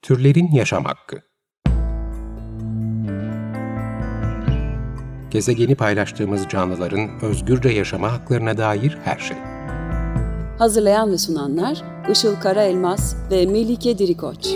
Türlerin yaşam hakkı. Gezegeni paylaştığımız canlıların özgürce yaşama haklarına dair her şey. Hazırlayan ve sunanlar Işıl Karaelmaz ve Melike Dirikoç.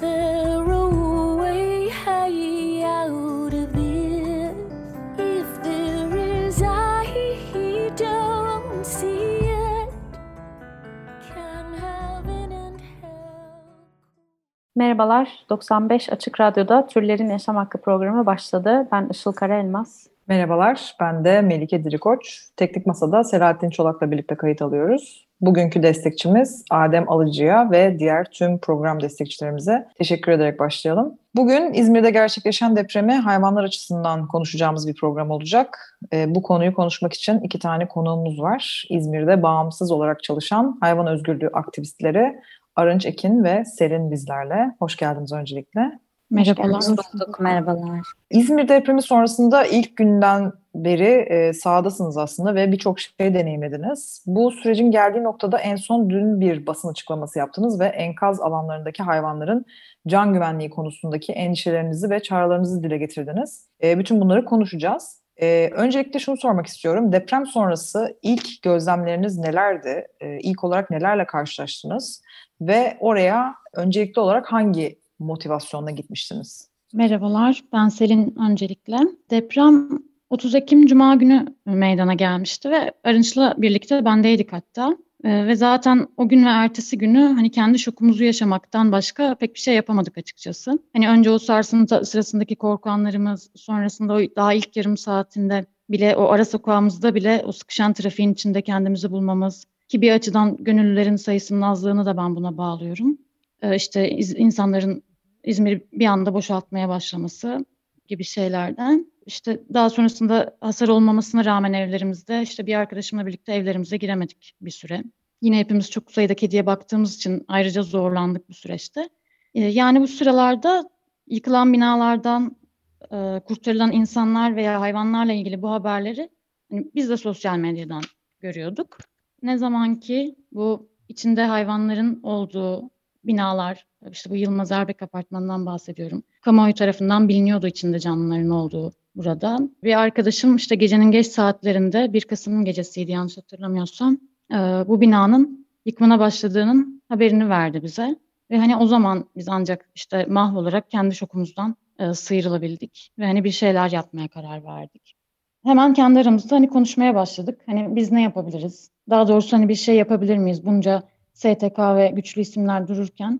Merhabalar, 95 Açık Radyo'da Türlerin Yaşam Hakkı programı başladı. Ben Işıl Karaelmaz. Merhabalar, ben de Melike Dirikoç. Teknik Masa'da Selahattin Çolak'la birlikte kayıt alıyoruz. Bugünkü destekçimiz Adem Alıcı'ya ve diğer tüm program destekçilerimize teşekkür ederek başlayalım. Bugün İzmir'de gerçekleşen depremi hayvanlar açısından konuşacağımız bir program olacak. Bu konuyu konuşmak için 2 tane konuğumuz var. İzmir'de bağımsız olarak çalışan hayvan özgürlüğü aktivistleri Arınç Ekin ve Selin bizlerle. Hoş geldiniz öncelikle. Merhabalar. Hoş bulduk, merhabalar. İzmir depremi sonrasında ilk günden beri sahadasınız aslında ve birçok şey deneyimlediniz. Bu sürecin geldiği noktada en son dün bir basın açıklaması yaptınız ve enkaz alanlarındaki hayvanların can güvenliği konusundaki endişelerinizi ve çağrılarınızı dile getirdiniz. Bütün bunları konuşacağız. Öncelikle şunu sormak istiyorum. Deprem sonrası ilk gözlemleriniz nelerdi? İlk olarak nelerle karşılaştınız? Ve oraya öncelikli olarak hangi motivasyonla gitmiştiniz? Merhabalar, ben Selin öncelikle. Deprem 30 Ekim Cuma günü meydana gelmişti ve Arınç'la birlikte bendeydik hatta. Ve zaten o gün ve ertesi günü hani kendi şokumuzu yaşamaktan başka pek bir şey yapamadık açıkçası. Hani önce o sarsıntı sırasındaki korku anlarımız, sonrasında o daha ilk yarım saatinde bile o ara sokağımızda bile o sıkışan trafiğin içinde kendimizi bulmamız ki bir açıdan gönüllülerin sayısının azlığını da ben buna bağlıyorum. İşte insanların İzmir'i bir anda boşaltmaya başlaması gibi şeylerden. İşte daha sonrasında hasar olmamasına rağmen evlerimizde işte bir arkadaşımla birlikte evlerimize giremedik bir süre. Yine hepimiz çok sayıda kediye baktığımız için ayrıca zorlandık bu süreçte. Yani bu sıralarda yıkılan binalardan kurtarılan insanlar veya hayvanlarla ilgili bu haberleri hani biz de sosyal medyadan görüyorduk. Ne zaman ki bu içinde hayvanların olduğu binalar, işte bu Yılmaz Erbek Apartmanı'ndan bahsediyorum. Kamuoyu tarafından biliniyordu içinde canlıların olduğu burada. Bir arkadaşım işte gecenin geç saatlerinde 1 Kasım'ın gecesiydi yanlış hatırlamıyorsam. Bu binanın yıkımına başladığının haberini verdi bize. Ve hani o zaman biz ancak işte mahvolarak kendi şokumuzdan sıyrılabildik. Ve hani bir şeyler yapmaya karar verdik. Hemen kendi aramızda hani konuşmaya başladık. Hani biz ne yapabiliriz? Daha doğrusu hani bir şey yapabilir miyiz? Bunca STK ve güçlü isimler dururken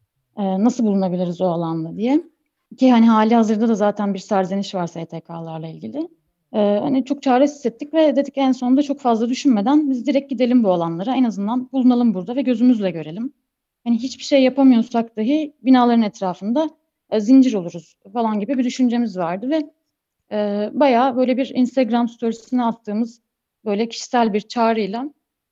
nasıl bulunabiliriz o alanda diye. Ki hani hali hazırda da zaten bir serzeniş var STK'larla ilgili. Hani çok çaresiz hissettik ve dedik en sonunda çok fazla düşünmeden biz direkt gidelim bu alanlara. En azından bulunalım burada ve gözümüzle görelim. Hani hiçbir şey yapamıyorsak dahi binaların etrafında zincir oluruz falan gibi bir düşüncemiz vardı ve bayağı böyle bir Instagram storiesine attığımız böyle kişisel bir çağrıyla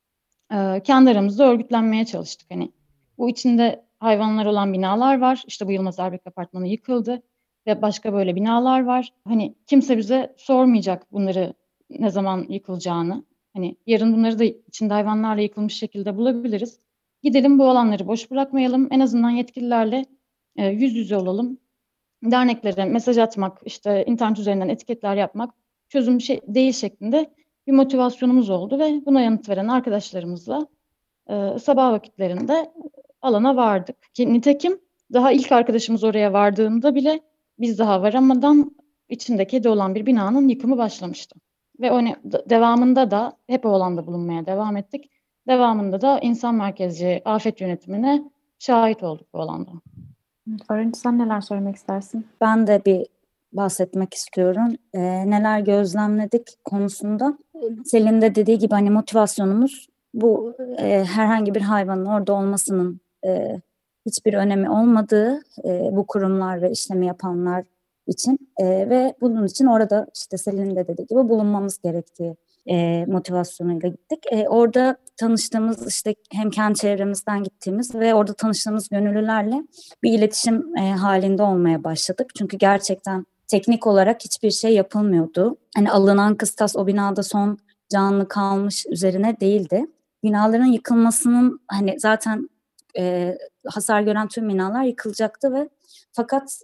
kendi aramızda örgütlenmeye çalıştık. Hani bu içinde hayvanlar olan binalar var. İşte bu Yılmaz Erbek Apartmanı yıkıldı ve başka böyle binalar var. Hani kimse bize sormayacak bunları ne zaman yıkılacağını. Hani yarın bunları da içinde hayvanlarla yıkılmış şekilde bulabiliriz. Gidelim bu alanları boş bırakmayalım. En azından yetkililerle yüz yüze olalım. Derneklere mesaj atmak, işte internet üzerinden etiketler yapmak çözüm değil şeklinde bir motivasyonumuz oldu ve buna yanıt veren arkadaşlarımızla sabah vakitlerinde alana vardık. Ki nitekim daha ilk arkadaşımız oraya vardığında bile biz daha varamadan içinde kedi olan bir binanın yıkımı başlamıştı. Ve devamında da hep o alanda bulunmaya devam ettik. Devamında da insan merkezci afet yönetimine şahit olduk bu alanda. Arınç, sen neler söylemek istersin? Ben de bir bahsetmek istiyorum. Neler gözlemledik konusunda. Selin de dediği gibi hani motivasyonumuz bu herhangi bir hayvanın orada olmasının hiçbir önemi olmadığı bu kurumlar ve işlemi yapanlar için ve bunun için orada işte Selin de dediği gibi bulunmamız gerektiği motivasyonuyla gittik. Orada tanıştığımız işte hem kendi çevremizden gittiğimiz ve orada tanıştığımız gönüllülerle bir iletişim halinde olmaya başladık. Çünkü gerçekten teknik olarak hiçbir şey yapılmıyordu. Hani alınan kıstas o binada son canlı kalmış üzerine değildi. Binaların yıkılmasının hani zaten hasar gören tüm binalar yıkılacaktı ve fakat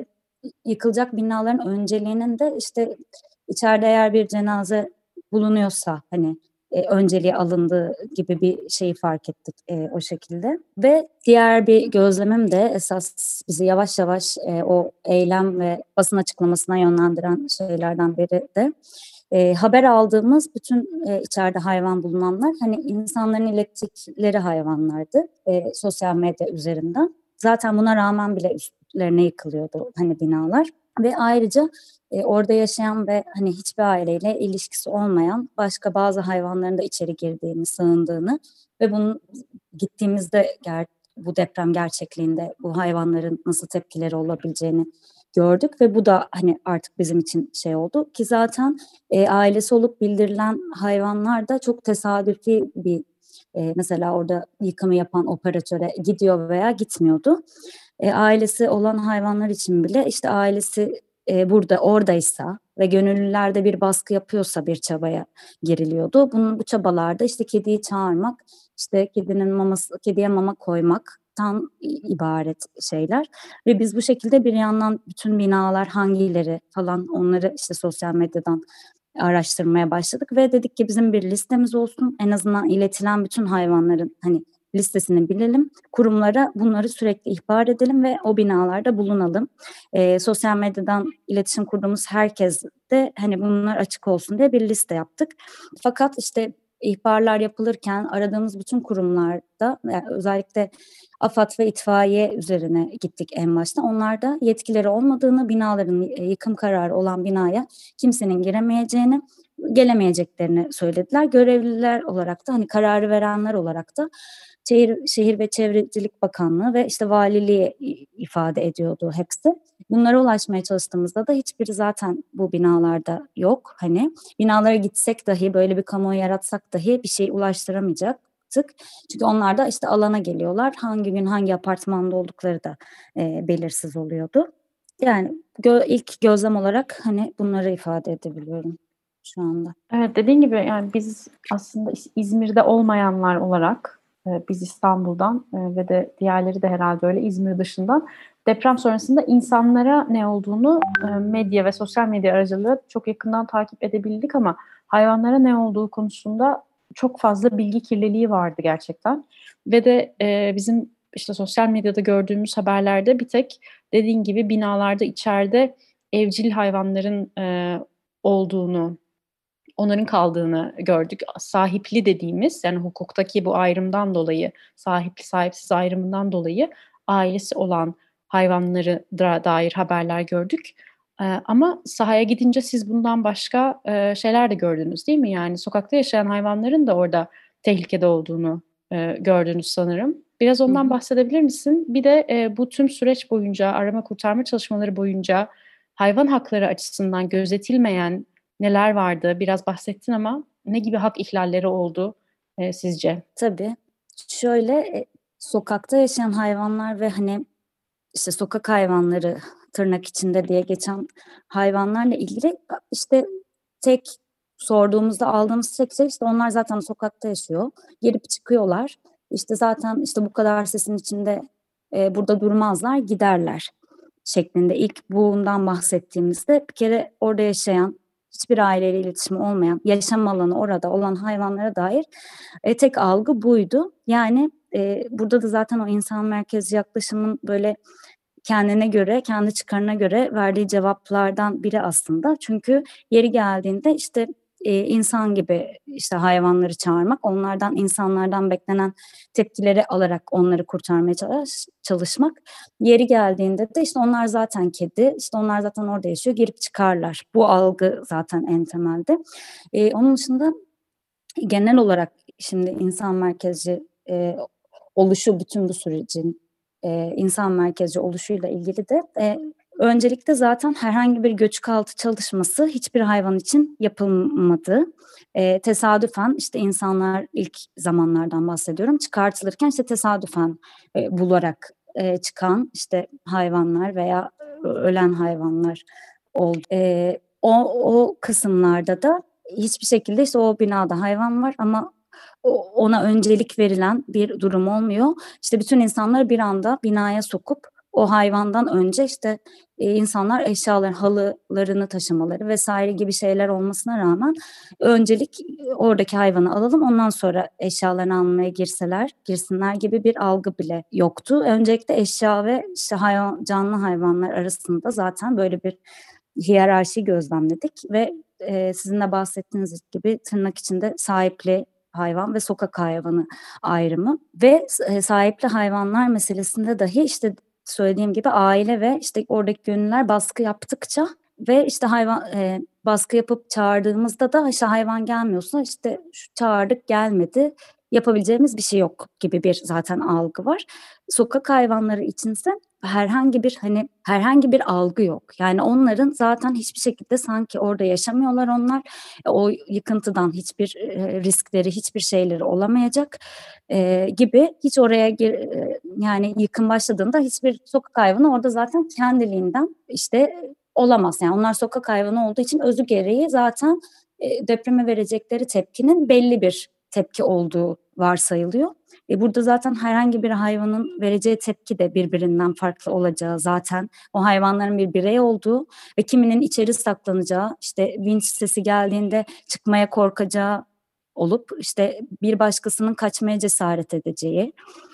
yıkılacak binaların önceliğinin de işte içeride eğer bir cenaze bulunuyorsa hani önceliği alındığı gibi bir şeyi fark ettik o şekilde. Ve diğer bir gözlemim de esas bizi yavaş yavaş o eylem ve basın açıklamasına yönlendiren şeylerden biri de haber aldığımız bütün içeride hayvan bulunanlar hani insanların ilettikleri hayvanlardı sosyal medya üzerinden. Zaten buna rağmen bile üstlerine yıkılıyordu hani binalar. Ve ayrıca orada yaşayan ve hani hiçbir aileyle ilişkisi olmayan başka bazı hayvanların da içeri girdiğini, sığındığını ve bunun gittiğimizde bu deprem gerçekliğinde bu hayvanların nasıl tepkileri olabileceğini gördük ve bu da hani artık bizim için şey oldu ki zaten ailesi olup bildirilen hayvanlar da çok tesadüfi bir mesela orada yıkımı yapan operatöre gidiyor veya gitmiyordu. Ailesi olan hayvanlar için bile işte ailesi oradaysa ve gönüllülerde bir baskı yapıyorsa bir çabaya giriliyordu. Bu çabalarda işte kediyi çağırmak, işte kediye mama koymaktan ibaret şeyler. Ve biz bu şekilde bir yandan bütün binalar hangileri falan onları işte sosyal medyadan araştırmaya başladık ve dedik ki bizim bir listemiz olsun. En azından iletilen bütün hayvanların hani listesini bilelim. Kurumlara bunları sürekli ihbar edelim ve o binalarda bulunalım. Sosyal medyadan iletişim kurduğumuz herkes de hani bunlar açık olsun diye bir liste yaptık. Fakat işte ihbarlar yapılırken aradığımız bütün kurumlarda yani özellikle AFAD ve itfaiye üzerine gittik en başta. Onlar da yetkileri olmadığını, binaların yıkım kararı olan binaya kimsenin giremeyeceğini, gelemeyeceklerini söylediler. Görevliler olarak da hani kararı verenler olarak da Şehir ve Çevrecilik Bakanlığı ve işte valiliği ifade ediyordu hepsi. Bunlara ulaşmaya çalıştığımızda da hiçbiri zaten bu binalarda yok. Hani binalara gitsek dahi böyle bir kamuoyu yaratsak dahi bir şey ulaştıramayacaktık. Çünkü onlar da işte alana geliyorlar. Hangi gün hangi apartmanda oldukları da belirsiz oluyordu. Yani ilk gözlem olarak hani bunları ifade edebiliyorum şu anda. Evet, dediğin gibi yani biz aslında İzmir'de olmayanlar olarak biz İstanbul'dan ve de diğerleri de herhalde öyle İzmir dışından deprem sonrasında insanlara ne olduğunu medya ve sosyal medya aracılığıyla çok yakından takip edebildik ama hayvanlara ne olduğu konusunda çok fazla bilgi kirliliği vardı gerçekten. Ve de bizim işte sosyal medyada gördüğümüz haberlerde bir tek dediğin gibi binalarda içeride evcil hayvanların olduğunu, onların kaldığını gördük. Sahipli dediğimiz yani hukuktaki bu ayrımdan dolayı, sahipli sahipsiz ayrımından dolayı ailesi olan hayvanlara dair haberler gördük. Ama sahaya gidince siz bundan başka şeyler de gördünüz değil mi? Yani sokakta yaşayan hayvanların da orada tehlikede olduğunu gördünüz sanırım. Biraz ondan bahsedebilir misin? Bir de bu tüm süreç boyunca, arama kurtarma çalışmaları boyunca hayvan hakları açısından gözetilmeyen neler vardı? Biraz bahsettin ama ne gibi hak ihlalleri oldu sizce? Tabii. Şöyle sokakta yaşayan hayvanlar ve hani işte sokak hayvanları tırnak içinde diye geçen hayvanlarla ilgili işte tek sorduğumuzda aldığımız tek şey işte onlar zaten sokakta yaşıyor. Girip çıkıyorlar. İşte zaten işte bu kadar sesin içinde burada durmazlar, giderler şeklinde ilk bundan bahsettiğimizde bir kere orada yaşayan hiçbir aileyle iletişimi olmayan, yaşam alanı orada olan hayvanlara dair tek algı buydu. Yani burada da zaten o insan merkezci yaklaşımın böyle kendine göre, kendi çıkarına göre verdiği cevaplardan biri aslında. Çünkü yeri geldiğinde işte insan gibi işte hayvanları çağırmak, onlardan insanlardan beklenen tepkileri alarak onları kurtarmaya çalışmak. Yeri geldiğinde de işte onlar zaten kedi, işte onlar zaten orada yaşıyor, girip çıkarlar. Bu algı zaten en temelde. Onun dışında genel olarak şimdi insan merkezci oluşu bütün bu sürecin insan merkezci oluşuyla ilgili de öncelikle zaten herhangi bir göçük-altı çalışması hiçbir hayvan için yapılmadı. Tesadüfen işte insanlar ilk zamanlardan bahsediyorum çıkartılırken işte tesadüfen bularak çıkan işte hayvanlar veya ölen hayvanlar oldu. O kısımlarda da hiçbir şekilde işte o binada hayvan var ama ona öncelik verilen bir durum olmuyor. İşte bütün insanları bir anda binaya sokup o hayvandan önce işte insanlar eşyaların, halılarını taşımaları vesaire gibi şeyler olmasına rağmen öncelik oradaki hayvanı alalım, ondan sonra eşyalarını almaya girsinler gibi bir algı bile yoktu. Öncelikle eşya ve işte canlı hayvanlar arasında zaten böyle bir hiyerarşi gözlemledik ve sizin de bahsettiğiniz gibi tırnak içinde sahipli hayvan ve sokak hayvanı ayrımı ve sahipli hayvanlar meselesinde dahi işte söylediğim gibi aile ve işte oradaki gönüllüler baskı yaptıkça ve işte hayvan baskı yapıp çağırdığımızda da işte hayvan gelmiyorsa işte çağırdık gelmedi, yapabileceğimiz bir şey yok gibi bir zaten algı var. Sokak hayvanları içinse herhangi bir algı yok. Yani onların zaten hiçbir şekilde sanki orada yaşamıyorlar onlar. O yıkıntıdan hiçbir riskleri, hiçbir şeyleri olamayacak gibi hiç oraya yani yıkım başladığında hiçbir sokak hayvanı orada zaten kendiliğinden işte olamaz. Yani onlar sokak hayvanı olduğu için özü gereği zaten depreme verecekleri tepkinin belli bir tepki olduğu varsayılıyor. Burada zaten herhangi bir hayvanın vereceği tepki de birbirinden farklı olacağı zaten o hayvanların bir birey olduğu ve kiminin içeri saklanacağı, işte vinç sesi geldiğinde çıkmaya korkacağı olup işte bir başkasının kaçmaya cesaret edeceği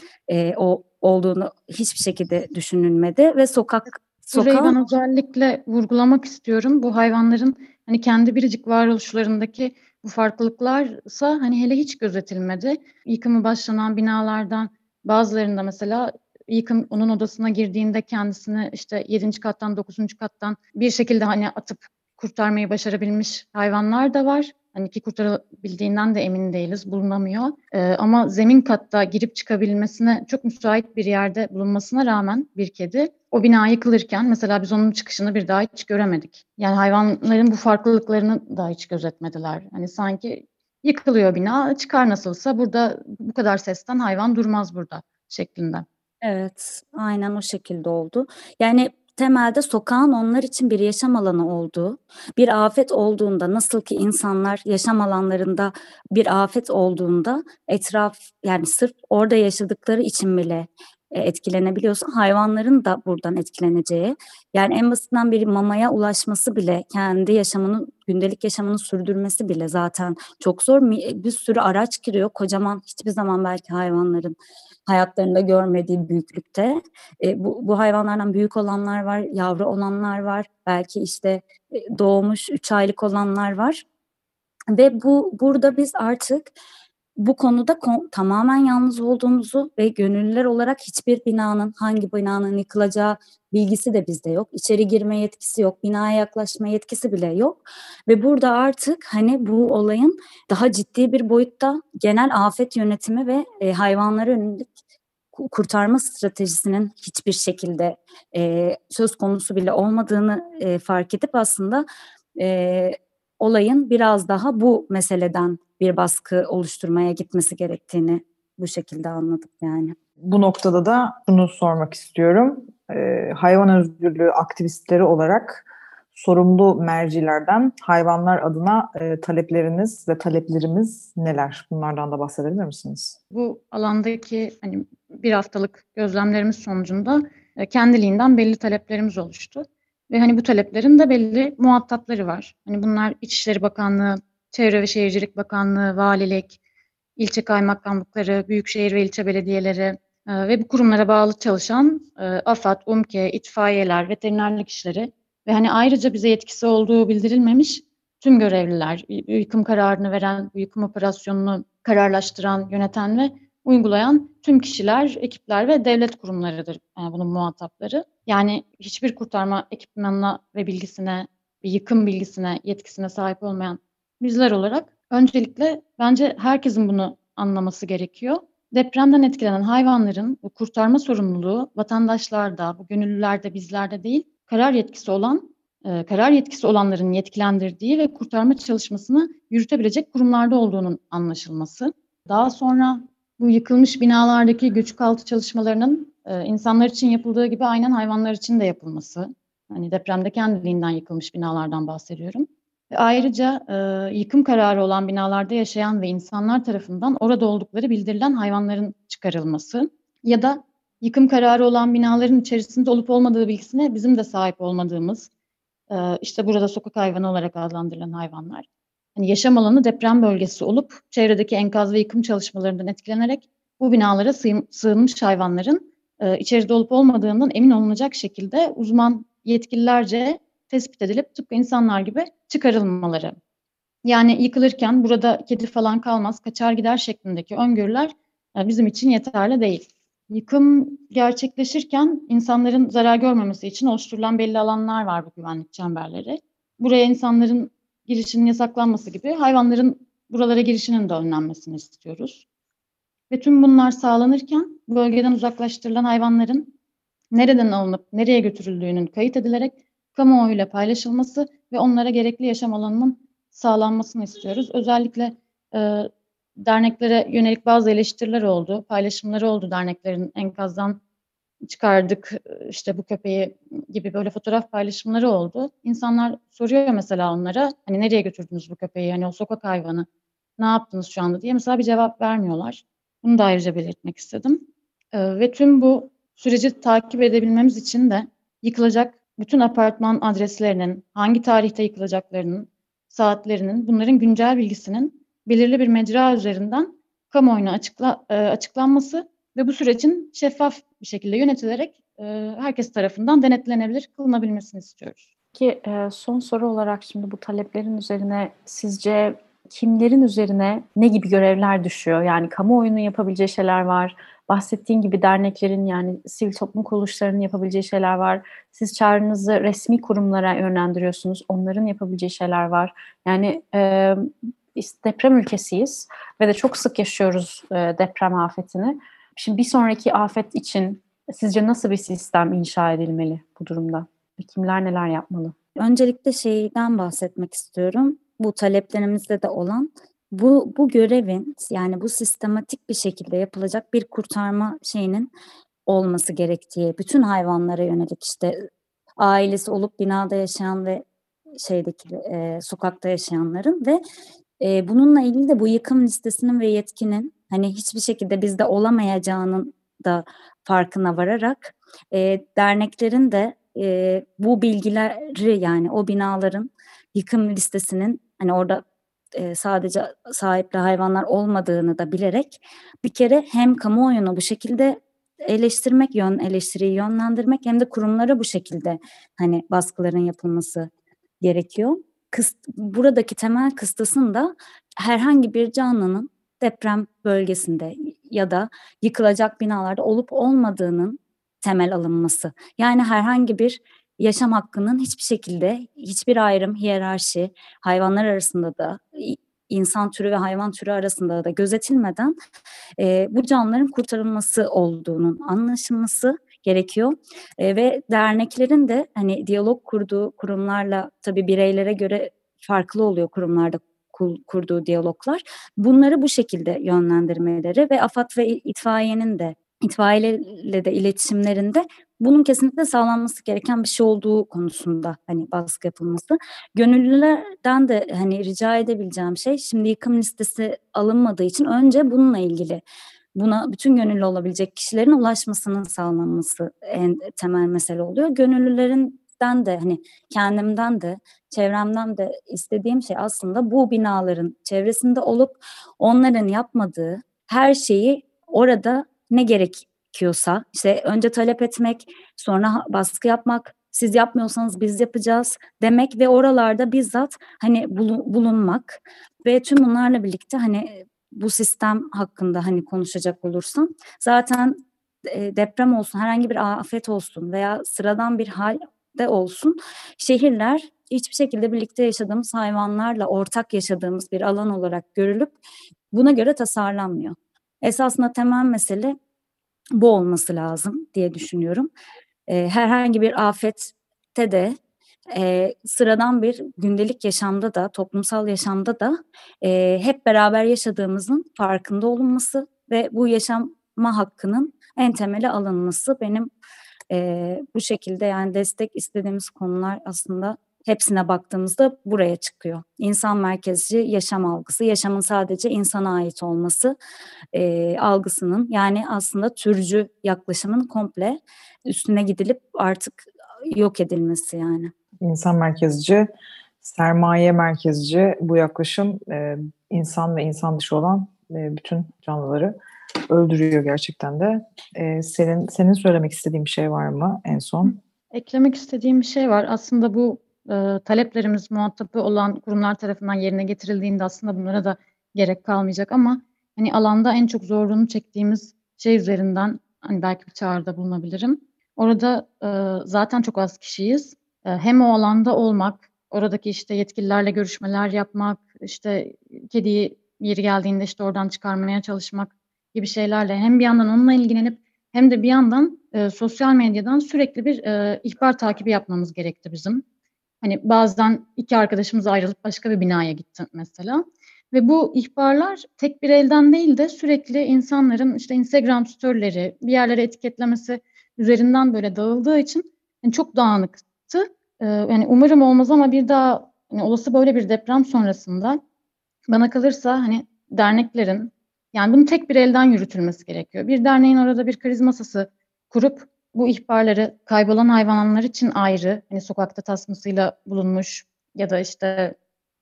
o olduğunu hiçbir şekilde düşünülmedi ve Burayı ben özellikle vurgulamak istiyorum. Bu hayvanların hani kendi biricik varoluşlarındaki bu farklılıklarsa hani hele hiç gözetilmedi. Yıkımı başlanan binalardan bazılarında mesela yıkım onun odasına girdiğinde kendisini işte 7. kattan 9. kattan bir şekilde hani atıp kurtarmayı başarabilmiş hayvanlar da var. Hani ki kurtarabildiğinden de emin değiliz, bulunamıyor. Ama zemin katta girip çıkabilmesine çok müsait bir yerde bulunmasına rağmen bir kedi o bina yıkılırken mesela biz onun çıkışını bir daha hiç göremedik. Yani hayvanların bu farklılıklarını da hiç gözetmediler. Hani sanki yıkılıyor bina, çıkar nasılsa burada bu kadar sesten hayvan durmaz burada şeklinde. Evet, aynen o şekilde oldu. Yani temelde sokağın onlar için bir yaşam alanı olduğu, bir afet olduğunda nasıl ki insanlar yaşam alanlarında bir afet olduğunda etraf yani sırf orada yaşadıkları için bile etkilenebiliyorsa hayvanların da buradan etkileneceği. Yani en basitinden bir mamaya ulaşması bile kendi yaşamını, gündelik yaşamını sürdürmesi bile zaten çok zor. Bir sürü araç giriyor. Kocaman hiçbir zaman belki hayvanların hayatlarında görmediği büyüklükte. Bu hayvanlardan büyük olanlar var, yavru olanlar var, belki işte doğmuş 3 aylık olanlar var. Ve burada biz artık bu konuda tamamen yalnız olduğumuzu ve gönüllüler olarak hangi binanın yıkılacağı bilgisi de bizde yok. İçeri girme yetkisi yok, binaya yaklaşma yetkisi bile yok. Ve burada artık hani bu olayın daha ciddi bir boyutta genel afet yönetimi ve hayvanlara yönelik kurtarma stratejisinin hiçbir şekilde söz konusu bile olmadığını fark edip aslında olayın biraz daha bu meseleden bir baskı oluşturmaya gitmesi gerektiğini bu şekilde anladık yani. Bu noktada da şunu sormak istiyorum. Hayvan özgürlüğü aktivistleri olarak sorumlu mercilerden hayvanlar adına talepleriniz ve taleplerimiz neler? Bunlardan da bahsedebilir misiniz? Bu alandaki hani bir haftalık gözlemlerimiz sonucunda kendiliğinden belli taleplerimiz oluştu. Ve hani bu taleplerin de belli muhatapları var. Hani bunlar İçişleri Bakanlığı, Çevre ve Şehircilik Bakanlığı, Valilik, ilçe kaymakamlıkları, büyükşehir ve ilçe belediyeleri ve bu kurumlara bağlı çalışan AFAD, UMKE, itfaiyeler, veterinerlik işleri ve hani ayrıca bize yetkisi olduğu bildirilmemiş tüm görevliler, yıkım kararını veren, bu yıkım operasyonunu kararlaştıran, yöneten ve uygulayan tüm kişiler, ekipler ve devlet kurumlarıdır bunun muhatapları. Yani hiçbir kurtarma ekipmanına ve bilgisine, bir yıkım bilgisine, yetkisine sahip olmayan bizler olarak öncelikle bence herkesin bunu anlaması gerekiyor. Depremden etkilenen hayvanların bu kurtarma sorumluluğu vatandaşlarda, bu gönüllülerde, bizlerde değil, karar yetkisi olanların yetkilendirdiği ve kurtarma çalışmasını yürütebilecek kurumlarda olduğunun anlaşılması. Daha sonra bu yıkılmış binalardaki göçük altı çalışmalarının insanlar için yapıldığı gibi aynen hayvanlar için de yapılması. Hani depremde kendiliğinden yıkılmış binalardan bahsediyorum. Ve ayrıca yıkım kararı olan binalarda yaşayan ve insanlar tarafından orada oldukları bildirilen hayvanların çıkarılması ya da yıkım kararı olan binaların içerisinde olup olmadığı bilgisine bizim de sahip olmadığımız, işte burada sokak hayvanı olarak adlandırılan hayvanlar. Hani yaşam alanı deprem bölgesi olup çevredeki enkaz ve yıkım çalışmalarından etkilenerek bu binalara sığınmış hayvanların içeride olup olmadığından emin olunacak şekilde uzman yetkililerce tespit edilip tıpkı insanlar gibi çıkarılmaları. Yani yıkılırken burada kedi falan kalmaz, kaçar gider şeklindeki öngörüler bizim için yeterli değil. Yıkım gerçekleşirken insanların zarar görmemesi için oluşturulan belli alanlar var, bu güvenlik çemberleri. Buraya insanların girişinin yasaklanması gibi hayvanların buralara girişinin de önlenmesini istiyoruz. Ve tüm bunlar sağlanırken bölgeden uzaklaştırılan hayvanların nereden alınıp nereye götürüldüğünün kayıt edilerek kamuoyuyla paylaşılması ve onlara gerekli yaşam alanının sağlanmasını istiyoruz. Özellikle derneklere yönelik bazı eleştiriler oldu, paylaşımları oldu derneklerin enkazdan çıkardık işte bu köpeği gibi böyle fotoğraf paylaşımları oldu. İnsanlar soruyor mesela onlara, hani nereye götürdünüz bu köpeği, hani o sokak hayvanı, ne yaptınız şu anda diye mesela bir cevap vermiyorlar. Bunu da ayrıca belirtmek istedim. Ve tüm bu süreci takip edebilmemiz için de yıkılacak bütün apartman adreslerinin, hangi tarihte yıkılacaklarının, saatlerinin, bunların güncel bilgisinin belirli bir mecra üzerinden kamuoyuna açıklanması ve bu sürecin şeffaf bir şekilde yönetilerek herkes tarafından denetlenebilir kılınabilmesini istiyoruz. Ki son soru olarak şimdi bu taleplerin üzerine sizce kimlerin üzerine ne gibi görevler düşüyor? Yani kamuoyunun yapabileceği şeyler var. Bahsettiğin gibi derneklerin, yani sivil toplum kuruluşlarının yapabileceği şeyler var. Siz çağrınızı resmi kurumlara yönlendiriyorsunuz. Onların yapabileceği şeyler var. Yani deprem ülkesiyiz ve de çok sık yaşıyoruz deprem afetini. Şimdi bir sonraki afet için sizce nasıl bir sistem inşa edilmeli bu durumda? Ve kimler neler yapmalı? Öncelikle şeyden bahsetmek istiyorum. Bu taleplerimizde de olan bu görevin, yani bu sistematik bir şekilde yapılacak bir kurtarma şeyinin olması gerektiği, bütün hayvanlara yönelik, işte ailesi olup binada yaşayan ve sokakta yaşayanların ve bununla ilgili de bu yıkım listesinin ve yetkinin hani hiçbir şekilde bizde olamayacağının da farkına vararak derneklerin de bu bilgileri, yani o binaların yıkım listesinin hani orada sadece sahipli hayvanlar olmadığını da bilerek bir kere hem kamuoyunu bu şekilde eleştiriyi yönlendirmek hem de kurumlara bu şekilde hani baskıların yapılması gerekiyor. Buradaki temel kıstasın da herhangi bir canlının deprem bölgesinde ya da yıkılacak binalarda olup olmadığının temel alınması. Yani herhangi bir yaşam hakkının hiçbir şekilde, hiçbir ayrım, hiyerarşi, hayvanlar arasında da, insan türü ve hayvan türü arasında da gözetilmeden bu canlıların kurtarılması olduğunun anlaşılması gerekiyor. Ve derneklerin de hani diyalog kurduğu kurumlarla, tabii bireylere göre farklı oluyor kurumlarda kurduğu diyaloglar. Bunları bu şekilde yönlendirmeleri ve AFAD ve itfaiyeyle de iletişimlerinde bunun kesinlikle sağlanması gereken bir şey olduğu konusunda hani baskı yapılması. Gönüllülerden de hani rica edebileceğim şey, şimdi yıkım listesi alınmadığı için önce bununla ilgili buna bütün gönüllü olabilecek kişilerin ulaşmasının sağlanması en temel mesele oluyor. Gönüllülerinden de hani kendimden de çevremden de istediğim şey aslında bu binaların çevresinde olup onların yapmadığı her şeyi orada ne gerekiyorsa işte önce talep etmek, sonra baskı yapmak, siz yapmıyorsanız biz yapacağız demek ve oralarda bizzat hani bulunmak ve tüm bunlarla birlikte hani bu sistem hakkında hani konuşacak olursam zaten deprem olsun, herhangi bir afet olsun veya sıradan bir halde olsun, şehirler hiçbir şekilde birlikte yaşadığımız hayvanlarla ortak yaşadığımız bir alan olarak görülüp buna göre tasarlanmıyor. Esasında temel mesele bu olması lazım diye düşünüyorum. Herhangi bir afette de sıradan bir gündelik yaşamda da, toplumsal yaşamda da hep beraber yaşadığımızın farkında olunması ve bu yaşama hakkının en temeli alınması benim bu şekilde, yani destek istediğimiz konular aslında hepsine baktığımızda buraya çıkıyor. İnsan merkezci yaşam algısı, yaşamın sadece insana ait olması algısının, yani aslında türcü yaklaşımın komple üstüne gidilip artık yok edilmesi yani. İnsan merkezci, sermaye merkezci bu yaklaşım insan ve insan dışı olan bütün canlıları öldürüyor gerçekten de. Senin söylemek istediğin bir şey var mı en son? Eklemek istediğim bir şey var. Aslında bu taleplerimiz muhatabı olan kurumlar tarafından yerine getirildiğinde aslında bunlara da gerek kalmayacak ama hani alanda en çok zorluğunu çektiğimiz şey üzerinden hani belki bir çağrıda bulunabilirim. Orada zaten çok az kişiyiz. Hem o alanda olmak, oradaki işte yetkililerle görüşmeler yapmak, işte kediyi yeri geldiğinde işte oradan çıkarmaya çalışmak gibi şeylerle hem bir yandan onunla ilgilenip hem de bir yandan sosyal medyadan sürekli bir ihbar takibi yapmamız gerekti bizim. Hani bazen iki arkadaşımız ayrılıp başka bir binaya gitti mesela. Ve bu ihbarlar tek bir elden değil de sürekli insanların işte Instagram storyleri, bir yerlere etiketlemesi üzerinden böyle dağıldığı için yani çok dağınıktı. Yani umarım olmaz ama bir daha hani olası böyle bir deprem sonrasında bana kalırsa hani derneklerin yani bunun tek bir elden yürütülmesi gerekiyor. Bir derneğin orada bir kriz masası kurup bu ihbarları kaybolan hayvanlar için ayrı, hani sokakta tasmasıyla bulunmuş ya da işte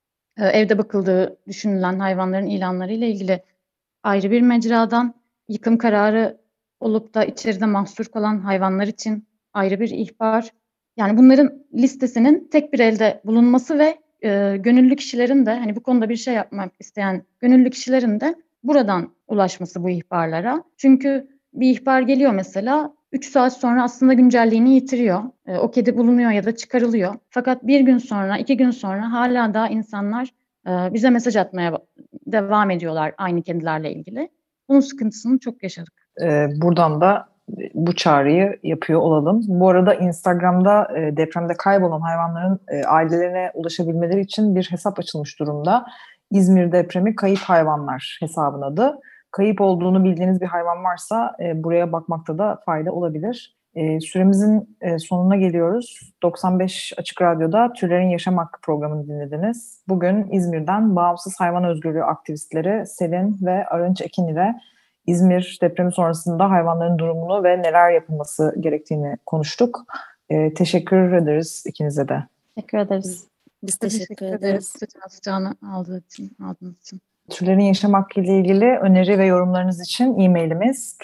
evde bakıldığı düşünülen hayvanların ilanları ile ilgili ayrı bir mecradan, yıkım kararı olup da içeride mahsur kalan hayvanlar için ayrı bir ihbar. Yani bunların listesinin tek bir elde bulunması ve gönüllü kişilerin de hani bu konuda bir şey yapmak isteyen gönüllü kişilerin de buradan ulaşması bu ihbarlara. Çünkü bir ihbar geliyor mesela 3 saat sonra aslında güncelliğini yitiriyor. O kedi bulunuyor ya da çıkarılıyor. Fakat bir gün sonra, 2 gün sonra hala da insanlar bize mesaj atmaya devam ediyorlar aynı kedilerle ilgili. Bunun sıkıntısını çok yaşadık. Buradan da bu çağrıyı yapıyor olalım. Bu arada Instagram'da depremde kaybolan hayvanların ailelerine ulaşabilmeleri için bir hesap açılmış durumda. İzmir depremi kayıp hayvanlar hesabın adı. Kayıp olduğunu bildiğiniz bir hayvan varsa buraya bakmakta da fayda olabilir. Süremizin sonuna geliyoruz. 95 Açık Radyo'da Türlerin Yaşam Hakkı programını dinlediniz. Bugün İzmir'den bağımsız hayvan özgürlüğü aktivistleri Selin ve Arınç Ekin ile İzmir depremi sonrasında hayvanların durumunu ve neler yapılması gerektiğini konuştuk. Teşekkür ederiz ikinize de. Teşekkür ederiz. Biz teşekkür ederiz. Sıcağını aldığınız için. Türlerin Yaşam Hakkı ile ilgili öneri ve yorumlarınız için e-mailimiz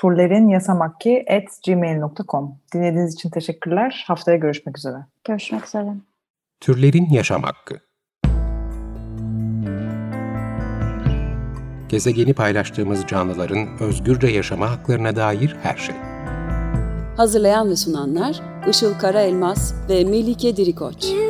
turlerinyasamakki@gmail.com. Dinlediğiniz için teşekkürler. Haftaya görüşmek üzere. Görüşmek üzere. Türlerin Yaşam Hakkı. Gezegeni paylaştığımız canlıların özgürce yaşama haklarına dair her şey. Hazırlayan ve sunanlar Işıl Karaelmaz ve Melike Dirikoç.